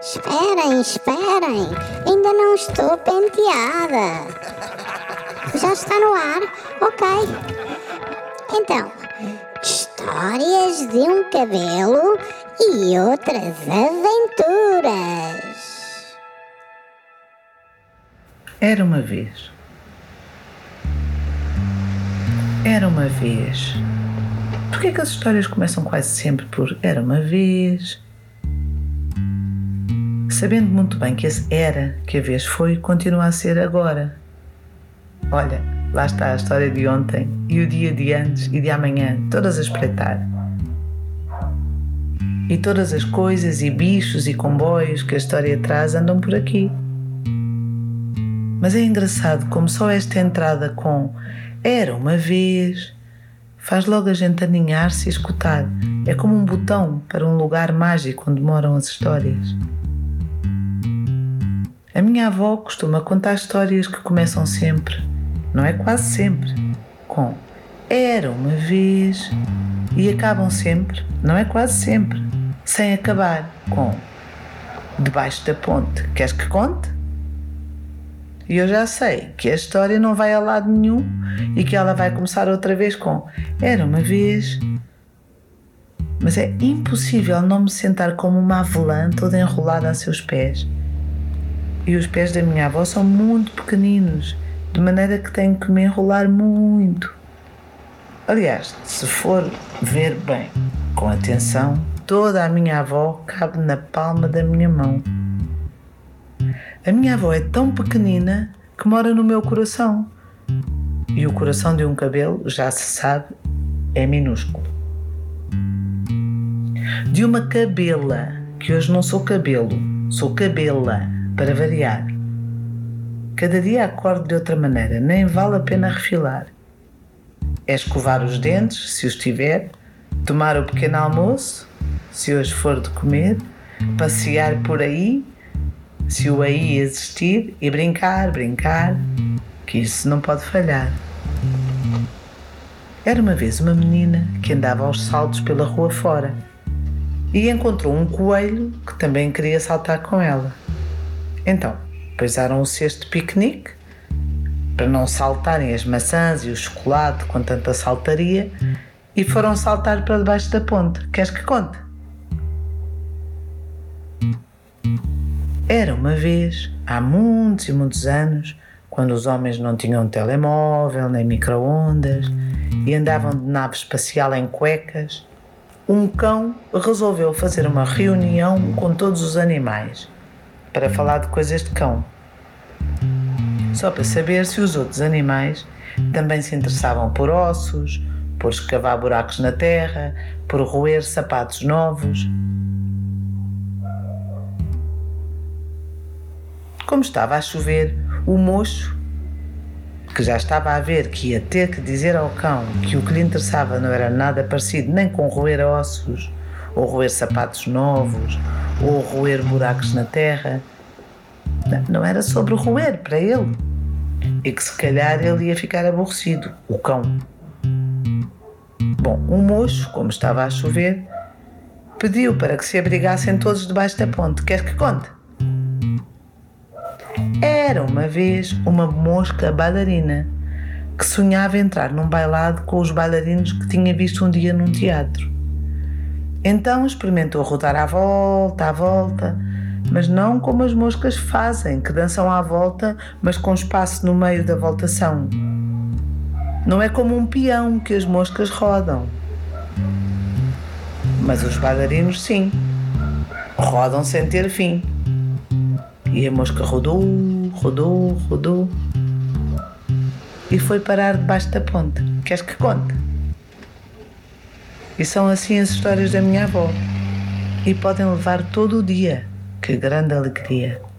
Esperem, ainda não estou penteada. Já está no ar? Ok. Então, histórias de um cabelo e outras aventuras. Era uma vez. Porquê é que as histórias começam quase sempre por era uma vez? Sabendo muito bem que esse era que a vez foi, continua a ser agora. Olha, lá está a história de ontem e o dia de antes e de amanhã, todas a espreitar. E todas as coisas e bichos e comboios que a história traz andam por aqui. Mas é engraçado como só esta entrada com era uma vez faz logo a gente aninhar-se e escutar. É como um botão para um lugar mágico onde moram as histórias. A minha avó costuma contar histórias que começam sempre, não é quase sempre, com era uma vez e acabam sempre, não é quase sempre, sem acabar com debaixo da ponte. Queres que conte? E eu já sei que a história não vai a lado nenhum e que ela vai começar outra vez com era uma vez. Mas é impossível não me sentar como uma avelã toda enrolada a seus pés. E os pés da minha avó são muito pequeninos, de maneira que tenho que me enrolar muito. Aliás, se for ver bem, com atenção, toda a minha avó cabe na palma da minha mão. A minha avó é tão pequenina que mora no meu coração. E o coração de um cabelo, já se sabe, é minúsculo. De uma cabela, que hoje não sou cabelo, sou cabela, para variar. Cada dia acordo de outra maneira, nem vale a pena refilar. É escovar os dentes, se os tiver, tomar o pequeno almoço, se hoje for de comer, passear por aí, se o aí existir, e brincar, que isso não pode falhar. Era uma vez uma menina que andava aos saltos pela rua fora e encontrou um coelho que também queria saltar com ela. Então, pousaram o cesto de piquenique para não saltarem as maçãs e o chocolate com tanta saltaria e foram saltar para debaixo da ponte. Queres que conte? Era uma vez, há muitos e muitos anos, quando os homens não tinham telemóvel nem micro-ondas e andavam de nave espacial em cuecas, um cão resolveu fazer uma reunião com todos os animais para falar de coisas de cão. Só para saber se os outros animais também se interessavam por ossos, por escavar buracos na terra, por roer sapatos novos. Como estava a chover, o mocho, que já estava a ver que ia ter que dizer ao cão que o que lhe interessava não era nada parecido nem com roer ossos, ou roer sapatos novos, ou roer buracos na terra. Não era sobre o roer para ele. E que se calhar ele ia ficar aborrecido, o cão. Bom, o mocho, como estava a chover, pediu para que se abrigassem todos debaixo da ponte. Queres que conte? Era uma vez uma mosca bailarina que sonhava entrar num bailado com os bailarinos que tinha visto um dia num teatro. Então experimentou rodar à volta, mas não como as moscas fazem, que dançam à volta, mas com espaço no meio da voltação. Não é como um peão que as moscas rodam. Mas os bailarinos sim, rodam sem ter fim. E a mosca rodou e foi parar debaixo da ponte. Queres que conte? E são assim as histórias da minha avó. E podem levar todo o dia. Que grande alegria!